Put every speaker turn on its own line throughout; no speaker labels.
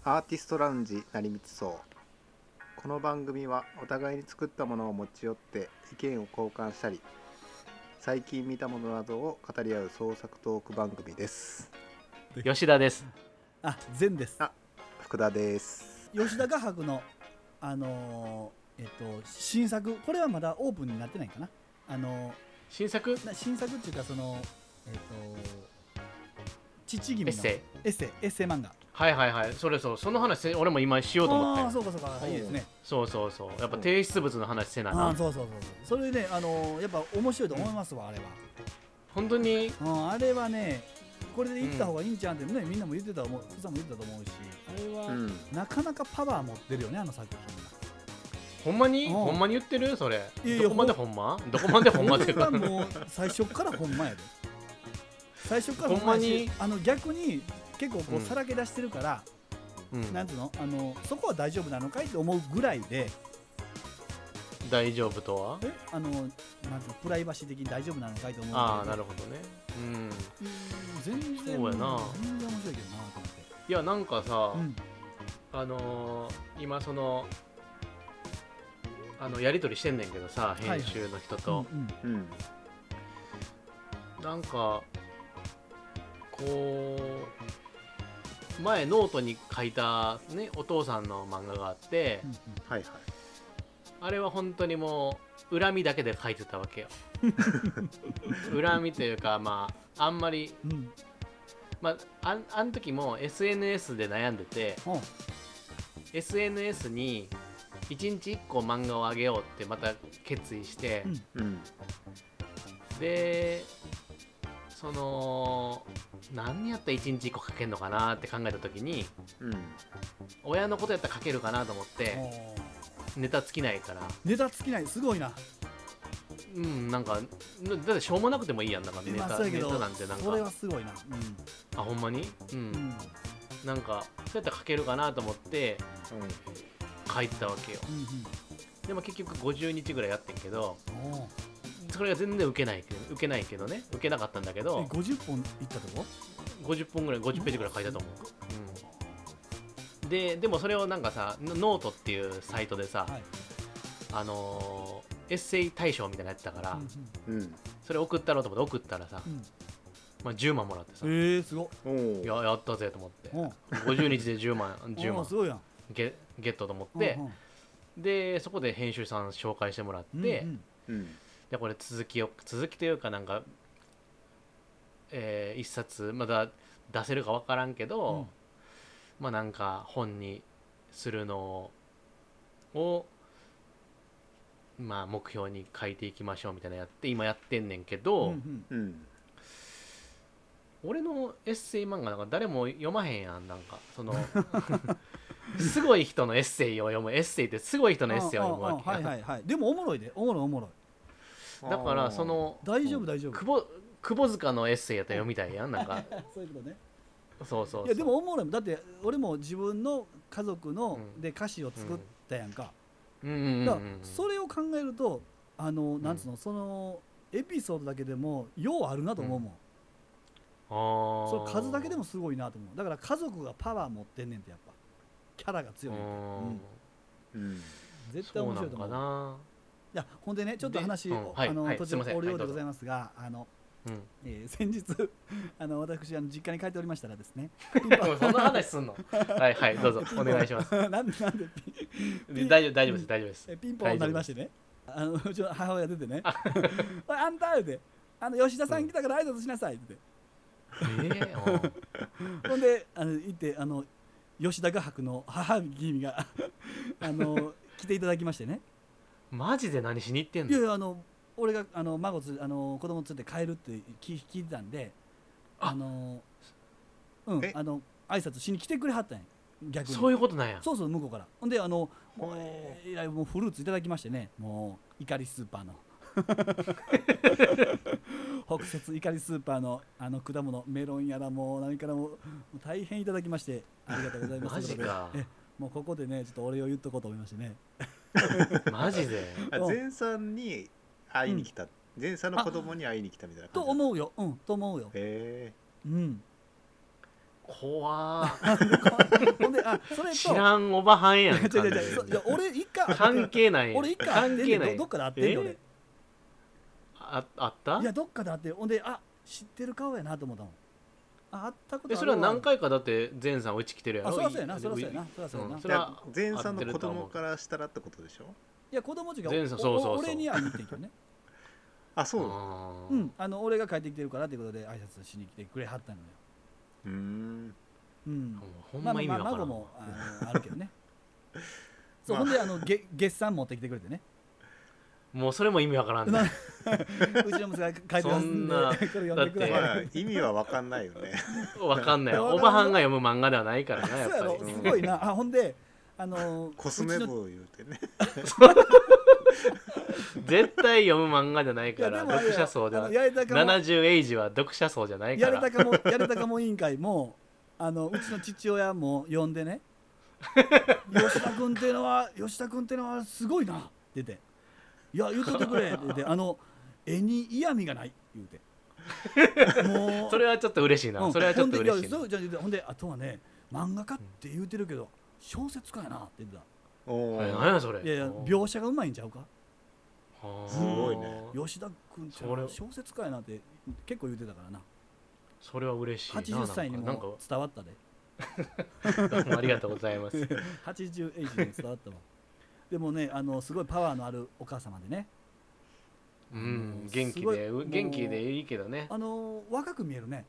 アーティストラウンジ成光荘。この番組はお互いに作ったものを持ち寄って意見を交換したり、最近見たものなどを語り合う創作トーク番組です。
吉田です。
善です。
福田です。
吉田画伯の新作、これはまだオープンになってないかな。
新作
っていうか父君の
エッセ
イ漫画。
はいその話俺も今しようと思ったよ。
そうかいいですね。
そうやっぱ提出物の話せなな。
そうそれでね、やっぱ面白いと思いますわ、あれは。
本当に、
あれはね、これで行った方がいいんちゃうんってね、みんなも言ってたと思う、福さんも言ってたと思うし、あれは、なかなかパワー持ってるよね、あの作品が。
ほんまに言ってるそれ。どこまでほんまって
いうか。もう最初からほんまやで。最初からほんまに逆に結構こうさらけ出してるから、なんつうの、そこは大丈夫なのかいって思うぐらいで。
大丈夫とは
なんつうの、プライバシー的に大丈夫なのかいと思う。
ああ、なるほどね。
全然
そうやな。
全然面白いけどなと思って。
いや、なんかさ、今やり取りしてんねんけどさ、編集の人と、なんかこう前ノートに書いたね、お父さんの漫画があって、あれは本当にもう恨みだけで書いてたわけよ。恨みというか、あんまり、あん時も SNS で悩んでて、SNS に1日1個漫画をあげようってまた決意して、で何やったら1日1個書けるのかなって考えた時に、親のことやったら書けるかなと思って、ネタ尽きないから。
ネタ尽きない、すごいな。
なんかだってしょうもなくてもいいやん。なんかネタなんてなんか
それはすごいな。
あ、ほんまになんかそうやったら書けるかなと思って書いてたわけよ。でも結局50日ぐらいやってんけど、それが全然受けないけどね、受けなかったんだけど。
50本いったとこ
？50本ぐらい、50ページぐらい書いたと思う。でもそれをなんかさ、ノートっていうサイトでさ、エッセイ大賞みたいなのやってたから、それ送ったろうと思って送ったらさ、10万もらってさ、
すご
い。やったぜと思って、50日で10万
すごいやん。
ゲットと思って、でそこで編集さん紹介してもらって、でこれ続きというか、なんか、一冊まだ出せるか分からんけど、なんか本にするのを目標に書いていきましょうみたいな今やってんねんけど、俺のエッセイ漫画なんか誰も読まへんやん。なんかすごい人のエッセイを読む。エッセイってすごい人のエッセイを読むわけ。
でもおもろいで、おもろい。
だから
大丈夫。
窪塚のエッセイやったら読みたいやん。なんか
そういうことね。
そう
いやでもおもろい。だって俺も自分の家族ので歌詞を作ったやんか。それを考えるとなんつうの、そのエピソードだけでもようあるなと思うもん。その数だけでもすごいなと思う。だから家族がパワー持ってんねんって、やっぱキャラが強い。絶対面白いと思う。いやほんでね、ちょっと話を途中折るようでございますが、先日私実家に帰っておりましたらですね。
そんな話すんの？はいどうぞお願いします。
なんで
大丈夫です。
ピンポンになりましてね、うちの母親出てね、おいあんた言うて、吉田さん来たから挨拶しなさいって言って、ほんで行って吉田画伯の母君が来ていただきましてね。
マジで何しに行ってんの？
いや俺が子供連れて帰るって聞いてたんで、挨拶しに来てくれはったんや、逆に。
そういうことなんや。
そう向こうから。ほんでもうフルーツいただきましてね、もうイカリスーパーの北摂イカリスーパーの果物、メロンやらもう何からも大変いただきまして、ありがとうございます。
マジか。
もうここでねちょっとお礼を言っとこうと思いましてね。
マジで？
前さんに会いに来た、前さんの子供に会いに来たみたいな感じ
と思うよ。と思うよ。
へえ。
こ怖ー
ほんでそれと
知らんおばはんやん
違う違う違ういや俺一回
関係ない
俺一回会ってんねん
関係ない
どっかで会ってんねん俺
あった
いやどっかで会ってほんで知ってる顔やなと思ったもん会ったことあるわ
それは何回かだって前さんうち来てるやろ
そりゃそうやなそりゃそうやなそりゃそうやな
それは
前さんの子供からしたらってことでしょ。
いや子供たちが
前さんそう
俺に会いに来てんけどね
あ、そう。
うん俺が帰ってきてるからってことで挨拶しに来てくれはったのようん
ほんま意味わからん
孫もあるけどねそうほんで月産持ってきてくれてね
もうそれも意味わからんね
うちの息子が書いてますんでこれ読んでくだ
ま
さい
あ意味は分かんないよね。
わかんないおばはんが読む漫画ではないからなやっぱり
そうやろすごいなほんで
コスメ部言うてね。
絶対読む漫画じゃないから
いやでも
読者層では
やれたかも
70エイジは読者層じゃないから
やれたかも委員会もうちの父親も呼んでね吉田君っていうのはすごいなって言っていや言っとってくれって言って絵に嫌味がない言うてもう
それはちょっと嬉しいな、それはちょっと嬉しいな
ほんであとはね漫画家って言うてるけど小説家やなって言ってた
何やそれ
いや描写がうまいんちゃうか
すごいね。
吉田君って小説家やなって結構言うてたからな
それは嬉しいな
80歳に
なんか
も伝わったで
どうもありがとうございます
80エイジにも伝わったわでもねすごいパワーのあるお母様でね
元気でいいけどね
若く見えるね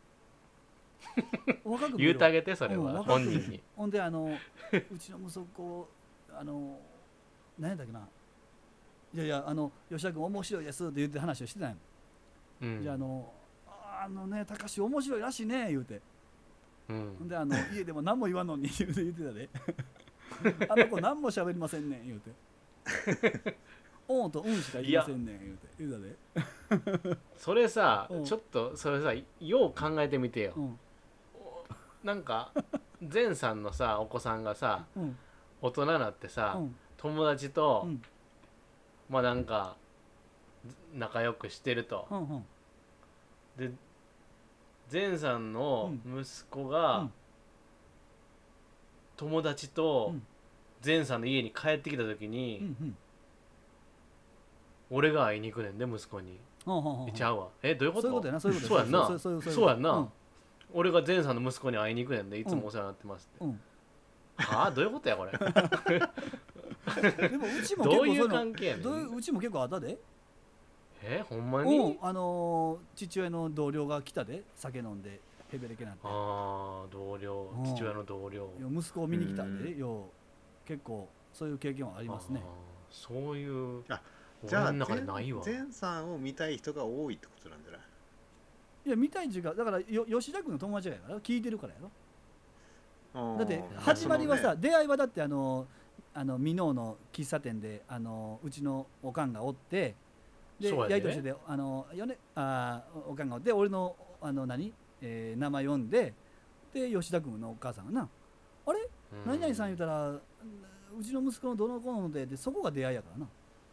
言うてあげてそれは本人に
ほんでうちの息子何やったっけないや吉田君面白いですって言って話をしてたんや、じゃあね高志面白いらしいね言うて、ほんで家でも何も言わんのに言うてたであの子何も喋りませんねん言うておんとうんしか言いませんねん言うたで
それさちょっとそれさよう考えてみてよ、なんか前さんのさお子さんがさ、大人になってさ、友達と、まあなんか仲良くしてると、で前さんの息子が、友達と前さんの家に帰ってきた時に、俺が会いに行くねんで息子に、ちゃうわどういうこと？そうやんなそうやんな、俺が前さんの息子に会いに行くねんでいつもお世話になってますって、はあどういうことやこれ
でもうちも
どういう関係やねん
うちも結構あったで
ほんまに
父親の同僚が来たで酒飲んでヘベレケなんて
同僚父親の同僚
息子を見に来たんでよ結構そういう経験はありますね
そういう
じゃあ
俺の中でないわ
前さんを見たい人が多いってことなんじゃない？
いや見たいっていうかだから吉田君の友達やから聞いてるからやろだって始まりはさ、出会いはだって箕面の喫茶店でうちのおかんがおってでやりとりしてておかんがおって俺の名前読んでで吉田君のお母さんがなあれ何々さん言うたらうちの息子のどの子のでそこが出会いやからな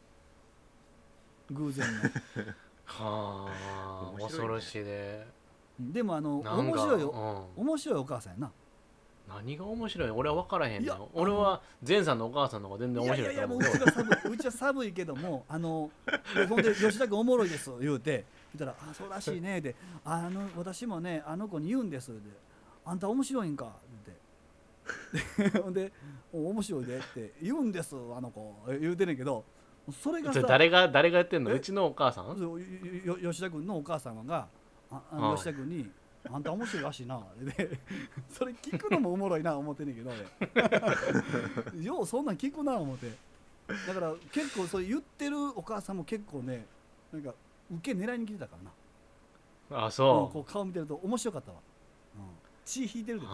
偶然の
はあ恐ろしいで
でも面白いよ面白いお母さんやな
何が面白い俺は分からへんの俺は前さんのお母さんの方が全然面白いと思う。
うちは寒いけどもほんで吉田君おもろいです言うて言ったらそうらしいねで私もねあの子に言うんですであんた面白いんか言うてほんで面白いでって言うんですあの子言うてんねんけどそれがさ
誰がやってんのうちのお母さん
吉田君のお母様が吉田君にあんた面白いらしいなでそれ聞くのもおもろいな思ってんねんけどようそんなん聞くな思ってだから結構そう言ってるお母さんも結構ねなんか受け狙いに来てたからな
そう
こう顔見てると面白かったわ、血引いてるで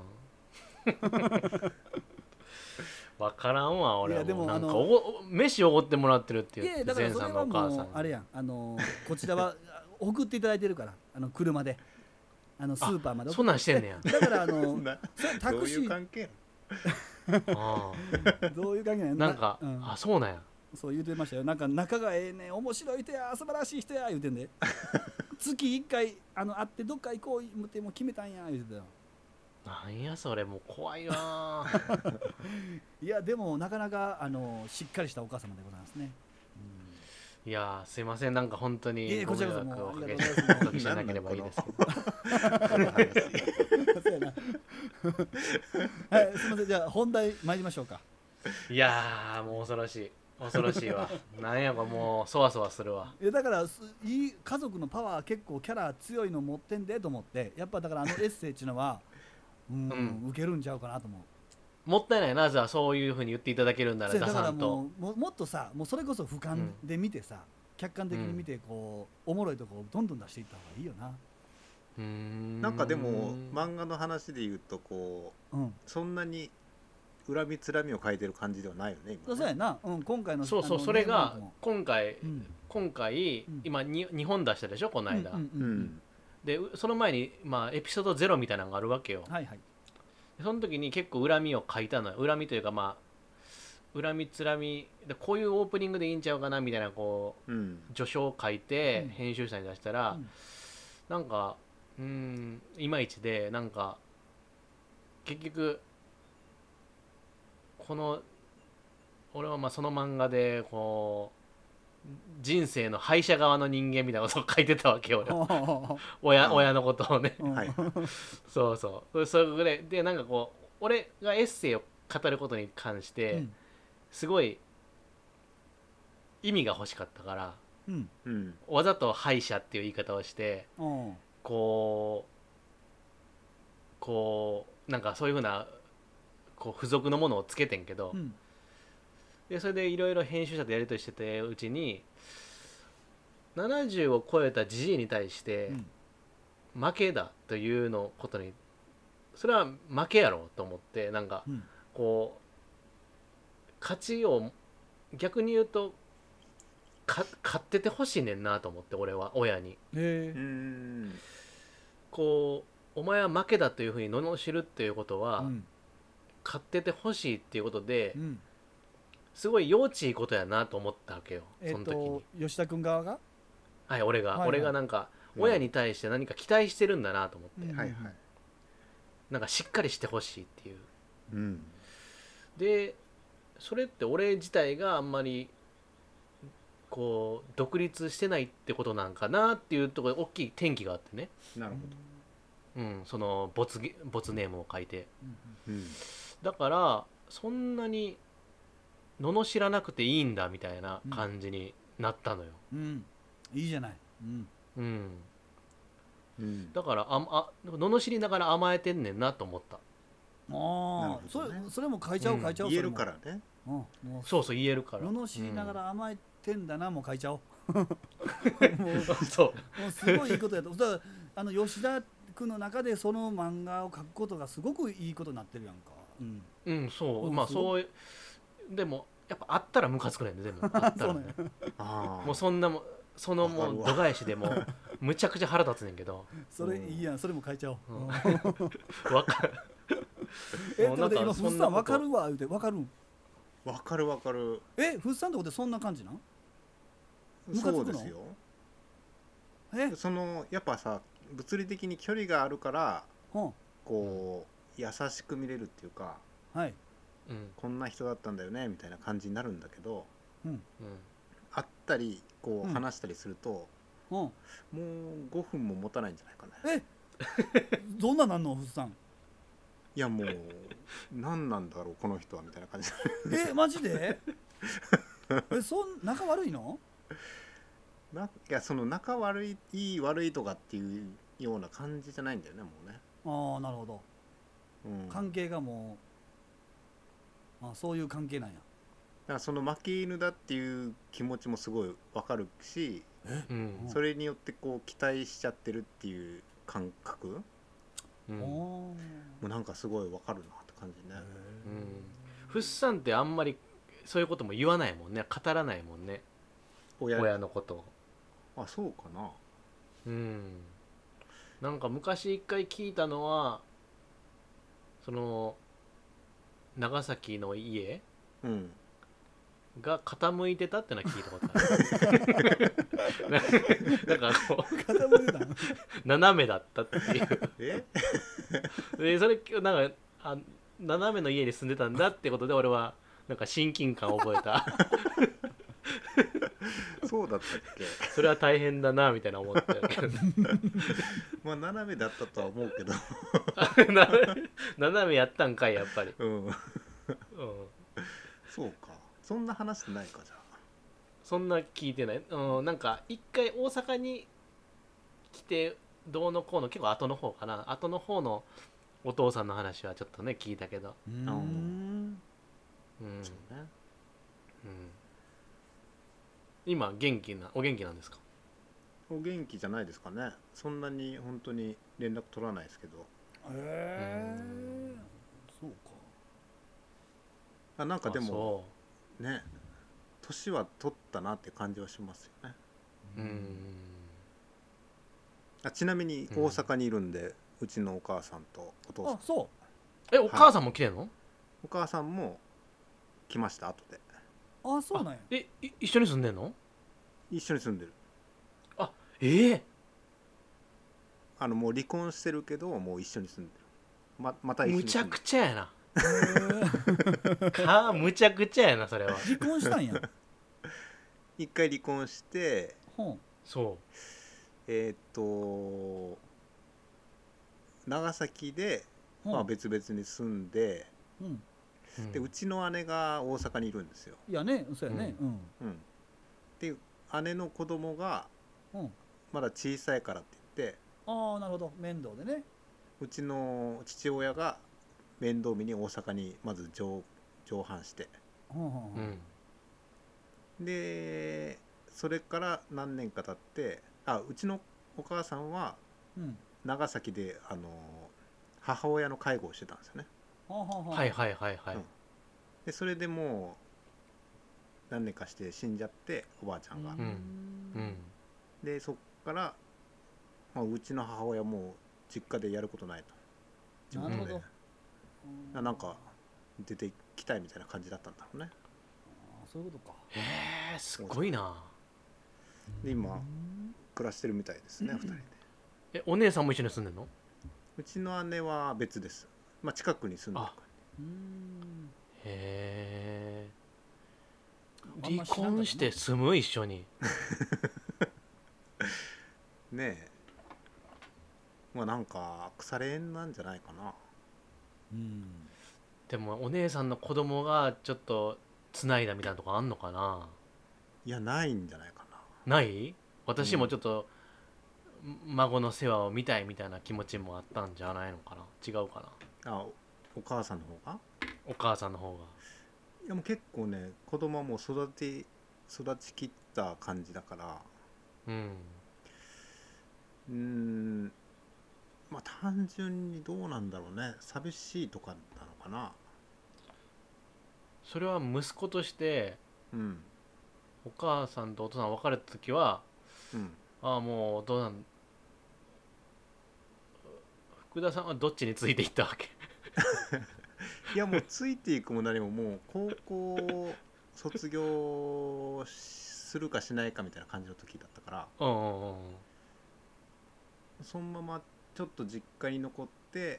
分からんわ俺は
でも
なんか飯おごってもらってるって言って
だからそれはもうあれやんこちらは送っていただいてるから車でスーパーまで
そんなんしてんねや
だからタクシー
どういう関係
どういう関係
なんかそうなんや
そう言うてましたよなんか仲がええね面白い人や素晴らしい人や言うてんで月1回会ってどっか行こう思っても決めたんや言うてたよ
なんやそれ、もう怖いな
いやでもなかなかしっかりしたお母様でございますね。
いやすいませせん、なんか本当にご
こちらこそ
迷惑をおかけ
もうありがとうございます
おかけしなければいいですけど
この話
そうやなはい、すみません、じゃあ本題参りましょうか。
いやもう恐ろしい恐ろしいわなんやかもうそわそわするわ。
だからいい家族のパワー結構キャラ強いの持ってんでと思って、やっぱだからエッセイっていうのは受けるんちゃうかなと思う。
もったいないな、じゃあそういうふうに言っていただけるんなら
だから
出さんと。
もっとさ、もうそれこそ俯瞰で見てさ、客観的に見てこうおもろいとこをどんどん出していった方がいいよな。
なんかでも漫画の話で言うとこう、そんなに恨みつらみを書いてる感じではないよね今ね。
そうやな、今回の
そうそれが今回、
うん
今2本出したでしょこの間、
うん
でその前に、エピソード0みたいなのがあるわけよ。
はいはい。
その時に結構恨みを書いたのよ。恨みというか恨みつらみでこういうオープニングでいいんちゃうかなみたいなこう、序章を書いて編集者に出したら、なんかいまいちで、なんか結局この俺はその漫画でこう人生の敗者側の人間みたいなことを書いてたわけよ親のことをねそうそうそれぐらいで、なんかこう俺がエッセイを語ることに関してすごい意味が欲しかったから、わざと敗者っていう言い方をしてこうなんかそういうふうなこう付属のものをつけてんけど、でそれでいろいろ編集者とやり取りしててうちに70を超えたじじいに対して負けだというのことにそれは負けやろと思って、なんかこう勝ちを逆に言うと勝っててほしいねんなと思って、俺は親にこうお前は負けだというふうに罵るっていうことは、勝っててほしいっていうことで、すごい幼稚いことやなと思ったわけよ、その時に。
吉田君側が
俺がなんか親に対して何か期待してるんだなと思って、なんかしっかりしてほしいっていう、でそれって俺自体があんまりこう独立してないってことなんかなっていうところで大きい転機があってね。
なるほ
ど、そのボツネームを書いて、だからそんなに罵らなくていいんだみたいな感じになったのよ。
いいじゃない。
だから罵りながら甘えてんねんなと思った。
それも書いちゃおう
言えるからね。
そう言えるから
罵りながら甘えてんだな、もう書いちゃおう。
そう
もうすごいいいことやと。だから吉田君の中でその漫画を書くことがすごくいいことになってるやんか。
そうでもやっぱあったらムカつくねんね。でもあったらねもうそんなもう度外視でもむちゃくちゃ腹立つねんけど
それいいやん、それも書いちゃおう。
わかる。
今フッさんわかるわ言うて、わかるん？
わかる。
フッさんってことでそんな感じなん？
そうですよ。そのやっぱさ、物理的に距離があるからこう優しく見れるっていうか、こんな人だったんだよねみたいな感じになるんだけど、会ったりこう話したりすると、もう5分も持たないんじゃないかな。
どんななんのフッさん？
いやもう何なんだろうこの人はみたいな感じ。
マジで？仲悪いの？
いやその仲悪い悪いとかっていうような感じじゃないんだよね、もうね。
なるほど。関係がもうそういう関係なんや。だ
からその負け犬だっていう気持ちもすごい分かるし、それによってこう期待しちゃってるっていう感覚もうなんかすごい分かるなって感じね。
フッサンってあんまりそういうことも言わないもんね、語らないもんね、親のことを。
そうかな。
なんか昔一回聞いたのは、その長崎の家が傾いてたってのは聞いたことあるなんかこう
傾いてたん
斜めだったっていう
え
でそれなんか斜めの家に住んでたんだってことで俺はなんか親近感を覚えた
そうだったっけ。
それは大変だなみたいな思ったけど
まあ斜めだったとは思うけど
斜めやったんかいやっぱり、
うん
うん、
そうか、そんな話してないか。じゃあ
そんな聞いてない、うん、なんか一回大阪に来てどうのこうの結構後の方かな、後の方のお父さんの話はちょっとね聞いたけど、
うん
うん
そうね。
うん、今お元気なんですか？
お元気じゃないですかね。そんなに本当に連絡取らないですけど、
そうか。
なんかでも
そ
ね、年は取ったなって感じはしますよね。ちなみに大阪にいるんで、うちのお母さんとお父さん。
あ、そう。
お母さんも来てんの？
お母さんも来ました後で。
あ、そうなんや。
一緒に住んでんの？
一緒に住んでる。
あ、
もう離婚してるけどもう一緒に住んでる。また一緒に
むちゃ
住んでる。
くちゃやなむちゃくちゃやなそれは。
離婚したんや。
一回離婚して、
そう
長崎で、別々に住んで、でうちの姉が大阪にいるんですよ。
いやね、そうやね。
で姉の子供がまだ小さいからって言って、
ああなるほど、面倒でね。
うちの父親が面倒見に大阪にまず上阪して、でそれから何年か経って、うちのお母さんは長崎で母親の介護をしてたんですよね。
はいはいはいはい、
でそれでもう何年かして死んじゃって、おばあちゃんが、でそっから、うちの母親も実家でやることないと、
なるほど。
なんか出てきたいみたいな感じだったんだろうね。
そういうことか。
へえ、すごいな。
で今暮らしてるみたいですね、2人で。
お姉さんも一緒に住んでんの？
うちの姉は別です。近くに住んでるから。
へえ。離婚して住む一緒に
ねえ、なんか腐れ縁なんじゃないかな。
でもお姉さんの子供がちょっとつないだみたいなとこあんのかな？
いや、ないんじゃないか
な。ない？私もちょっと、孫の世話を見たいみたいな気持ちもあったんじゃないのかな。違うかな。
お母さんの方が？
お母さんの方が。
いや、もう結構ね、子供はもう育ちきった感じだから、単純にどうなんだろうね、寂しいとかなのかな。
それは息子として、お母さんとお父さん別れた時は、もうどうなん福田さんはどっちについていったわけ？
いや、もうついていくも何も、もう高校卒業するかしないかみたいな感じの時だったから、そのままちょっと実家に残って、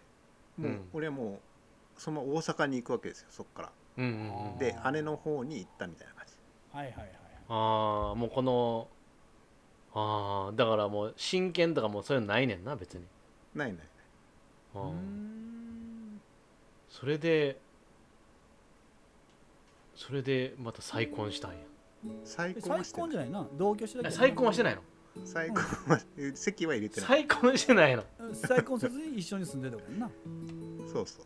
もう俺はもうそのまま大阪に行くわけですよ、そっから。で姉の方に行ったみたいな感じ。
もうこのだからもう親権とかもうそういうのないねんな、別に。
ない。
それでまた再婚したんや。
再婚じゃないな、同居してたけど。
再婚はしてないの？
再婚は籍は入れてない。
再婚してないの？
再婚せずに一緒に住んでたからな。
そうそう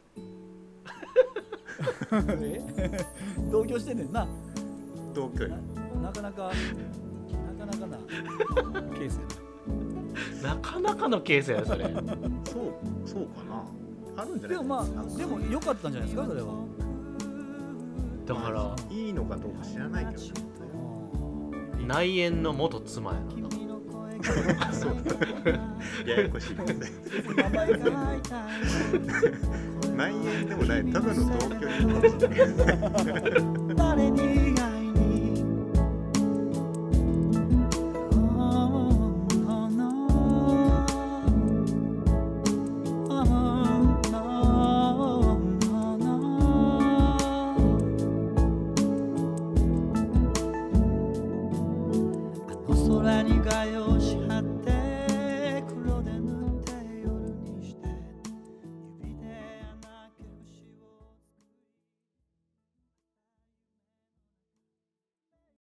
同居してんねんな。
同居や。
なかなかなケース
やなかなかのケースやそれ。
そうかな、あるんじゃない？
でも良かったんじゃないですか、それは。
だから
いいのかどうか知らないけど、
内縁の元妻やな。
そうややこしいですね。内縁でもない、ただの同居人かもしれない。